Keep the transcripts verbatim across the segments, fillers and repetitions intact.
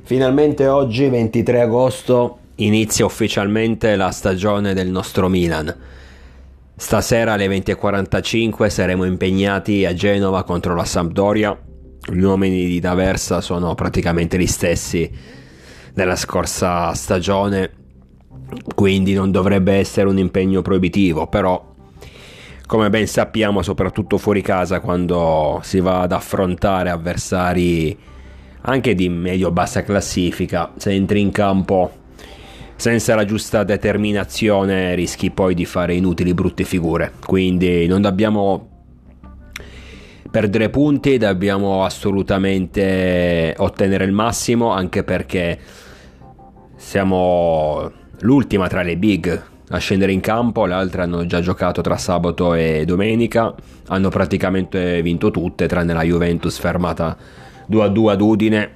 Finalmente oggi, ventitré agosto, inizia ufficialmente la stagione del nostro Milan. Stasera alle venti e quarantacinque saremo impegnati a Genova contro la Sampdoria. Gli uomini di D'Aversa sono praticamente gli stessi della scorsa stagione, quindi non dovrebbe essere un impegno proibitivo, però come ben sappiamo, soprattutto fuori casa, quando si va ad affrontare avversari anche di medio-bassa classifica, se entri in campo senza la giusta determinazione rischi poi di fare inutili brutte figure. Quindi non dobbiamo perdere punti, dobbiamo assolutamente ottenere il massimo, anche perché siamo l'ultima tra le big a scendere in campo. Le altre hanno già giocato tra sabato e domenica, hanno praticamente vinto tutte tranne la Juventus fermata due a due ad Udine,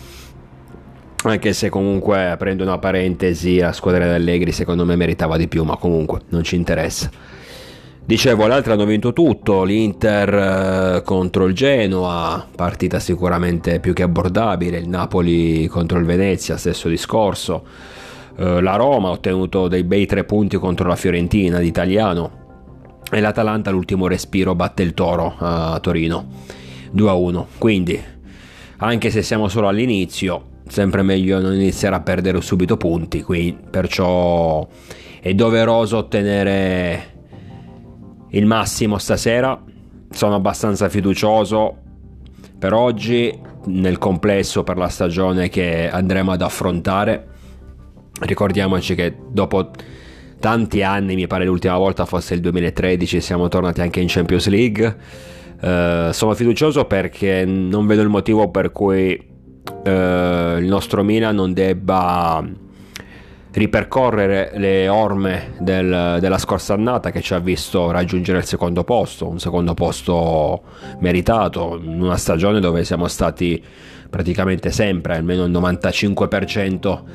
anche se comunque, aprendo una parentesi, la squadra di Allegri secondo me meritava di più, ma comunque non ci interessa. Dicevo, le altre hanno vinto tutto, l'Inter eh, contro il Genoa, partita sicuramente più che abbordabile, il Napoli contro il Venezia, stesso discorso, eh, la Roma ha ottenuto dei bei tre punti contro la Fiorentina di Italiano, e l'Atalanta l'ultimo respiro batte il Toro a Torino due a uno. Quindi anche se siamo solo all'inizio, sempre meglio non iniziare a perdere subito punti, quindi perciò è doveroso ottenere il massimo stasera. Sono abbastanza fiducioso per oggi, nel complesso, per la stagione che andremo ad affrontare. Ricordiamoci che dopo tanti anni, mi pare l'ultima volta fosse il duemilatredici, siamo tornati anche in Champions League. Uh, sono fiducioso perché non vedo il motivo per cui uh, il nostro Milan non debba ripercorrere le orme del, della scorsa annata, che ci ha visto raggiungere il secondo posto, un secondo posto meritato, in una stagione dove siamo stati praticamente sempre, almeno il novantacinque per cento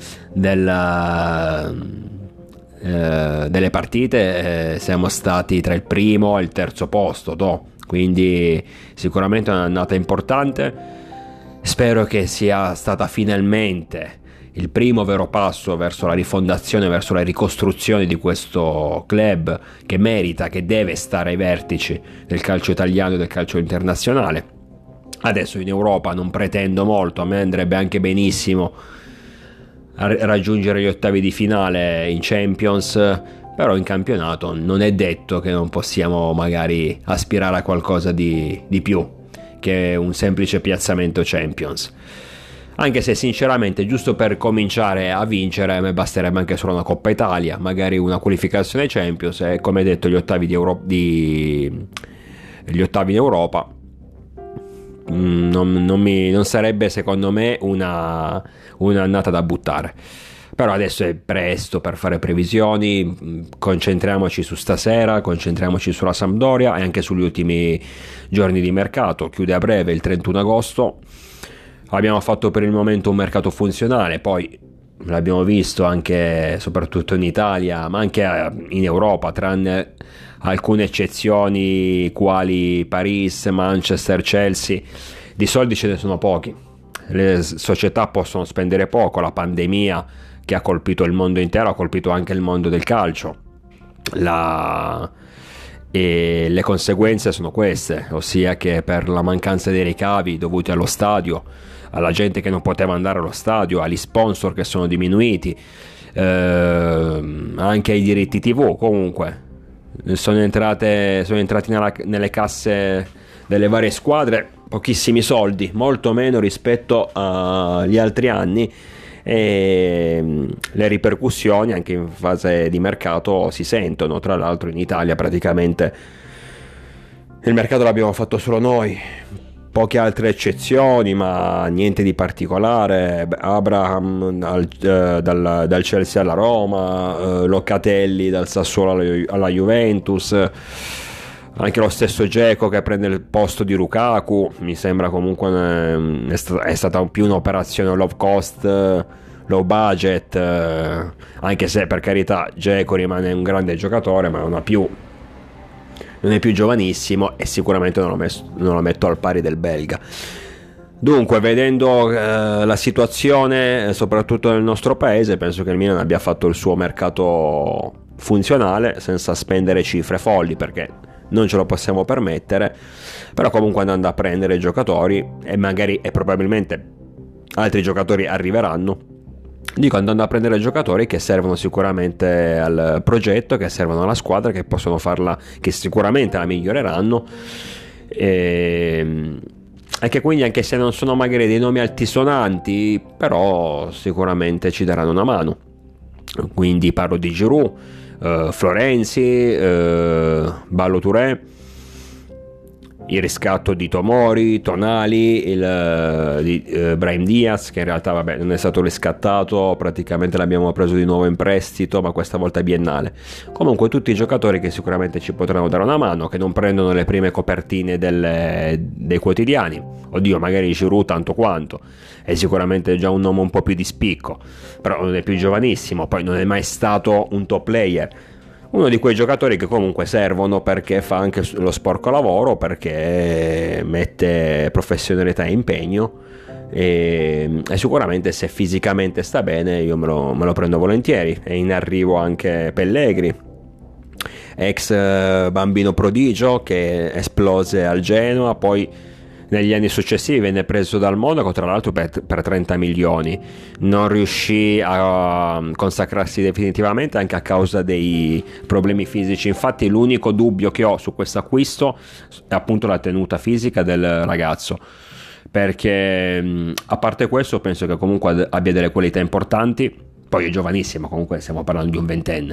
del, uh, delle partite, eh, siamo stati tra il primo e il terzo posto, no? Quindi sicuramente è un'annata importante. Spero che sia stata finalmente il primo vero passo verso la rifondazione, verso la ricostruzione di questo club che merita, che deve stare ai vertici del calcio italiano e del calcio internazionale. Adesso in Europa non pretendo molto, a me andrebbe anche benissimo a raggiungere gli ottavi di finale in Champions, però in campionato non è detto che non possiamo magari aspirare a qualcosa di, di più che un semplice piazzamento Champions. Anche se sinceramente, giusto per cominciare a vincere, a me basterebbe anche solo una Coppa Italia, magari una qualificazione Champions e, come detto, gli ottavi di, Euro- di... gli ottavi in Europa. Non, non, mi, non sarebbe secondo me una un'annata da buttare. Però adesso è presto per fare previsioni, concentriamoci su stasera, concentriamoci sulla Sampdoria e anche sugli ultimi giorni di mercato. Chiude a breve il trentuno agosto. Abbiamo fatto per il momento un mercato funzionale, poi l'abbiamo visto anche soprattutto in Italia, ma anche in Europa, tranne alcune eccezioni quali Paris, Manchester, Chelsea. Di soldi ce ne sono pochi, le società possono spendere poco, la pandemia che ha colpito il mondo intero ha colpito anche il mondo del calcio. La... E le conseguenze sono queste, ossia che per la mancanza dei ricavi dovuti allo stadio, alla gente che non poteva andare allo stadio, agli sponsor che sono diminuiti, eh, anche ai diritti tivù, comunque sono entrate sono entrati nella, nelle casse delle varie squadre pochissimi soldi, molto meno rispetto agli altri anni, e le ripercussioni anche in fase di mercato si sentono. Tra l'altro in Italia praticamente il mercato l'abbiamo fatto solo noi, poche altre eccezioni, ma niente di particolare. Abraham al, eh, dal, dal Chelsea alla Roma, eh, Locatelli dal Sassuolo alla, alla Juventus, anche lo stesso Dzeko che prende il posto di Lukaku. Mi sembra comunque eh, è, sta, è stata più un'operazione low cost, eh, low budget, eh, anche se per carità Dzeko rimane un grande giocatore, ma non ha più non è più giovanissimo e sicuramente non lo, messo, non lo metto al pari del belga. Dunque, vedendo eh, la situazione, eh, soprattutto nel nostro paese, penso che il Milan abbia fatto il suo mercato funzionale, senza spendere cifre folli, perché non ce lo possiamo permettere, però comunque andando a prendere giocatori, e magari e probabilmente altri giocatori arriveranno. Dico, andando a prendere giocatori che servono sicuramente al progetto, che servono alla squadra, che possono farla, che sicuramente la miglioreranno. E, e che quindi, anche se non sono magari dei nomi altisonanti, però sicuramente ci daranno una mano. Quindi parlo di Giroud, eh, Florenzi, eh, Ballo Touré, il riscatto di Tomori, Tonali, il di eh, Brahim Diaz, che in realtà vabbè non è stato riscattato, praticamente l'abbiamo preso di nuovo in prestito, ma questa volta biennale. Comunque tutti i giocatori che sicuramente ci potranno dare una mano, che non prendono le prime copertine delle, dei quotidiani. Oddio, magari Giroud tanto quanto, è sicuramente già un nome un po' più di spicco, però non è più giovanissimo, poi non è mai stato un top player. Uno di quei giocatori che comunque servono, perché fa anche lo sporco lavoro, perché mette professionalità e impegno, e, e sicuramente se fisicamente sta bene io me lo, me lo prendo volentieri. È in arrivo anche Pellegri, ex bambino prodigio che esplose al Genoa, poi negli anni successivi venne preso dal Monaco, tra l'altro per, per trenta milioni. Non riuscì a consacrarsi definitivamente, anche a causa dei problemi fisici. Infatti l'unico dubbio che ho su questo acquisto è appunto la tenuta fisica del ragazzo, perché a parte questo penso che comunque abbia delle qualità importanti. Poi è giovanissimo, comunque stiamo parlando di un ventenne,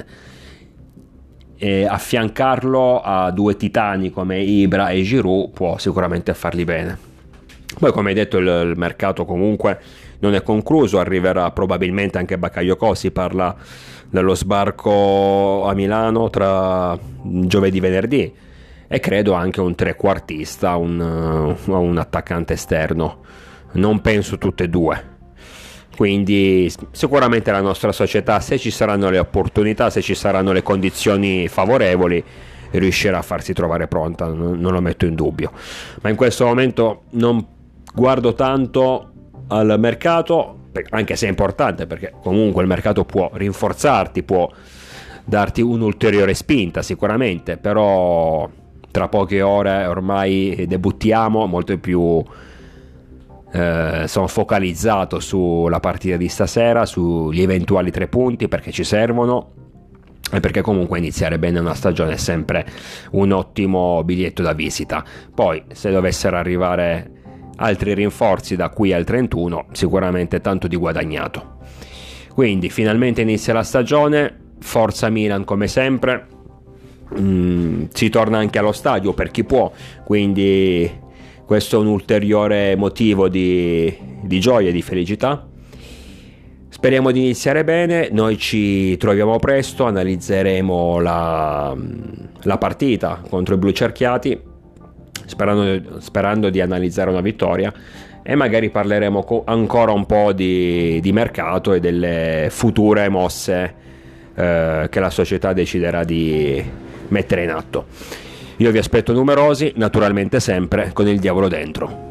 e affiancarlo a due titani come Ibra e Giroud può sicuramente farli bene. Poi, come hai detto, il, il mercato comunque non è concluso, arriverà probabilmente anche Bakayoko. Si parla dello sbarco a Milano tra giovedì e venerdì, e credo anche un trequartista, un, un attaccante esterno, non penso tutte e due. Quindi sicuramente la nostra società, se ci saranno le opportunità, se ci saranno le condizioni favorevoli, riuscirà a farsi trovare pronta, non lo metto in dubbio. Ma in questo momento non guardo tanto al mercato, anche se è importante, perché comunque il mercato può rinforzarti, può darti un'ulteriore spinta sicuramente, però tra poche ore ormai debuttiamo, molto più Eh, sono focalizzato sulla partita di stasera, sugli eventuali tre punti, perché ci servono, e perché comunque iniziare bene una stagione è sempre un ottimo biglietto da visita. Poi se dovessero arrivare altri rinforzi da qui al trentuno, sicuramente tanto di guadagnato. Quindi finalmente inizia la stagione, forza Milan come sempre. Mm, si torna anche allo stadio per chi può, quindi questo è un ulteriore motivo di, di gioia e di felicità. Speriamo di iniziare bene, noi ci troviamo presto, analizzeremo la, la partita contro i blu cerchiati, sperando, sperando di analizzare una vittoria, e magari parleremo co- ancora un po' di, di mercato e delle future mosse eh, che la società deciderà di mettere in atto. Io vi aspetto numerosi, naturalmente sempre con il diavolo dentro.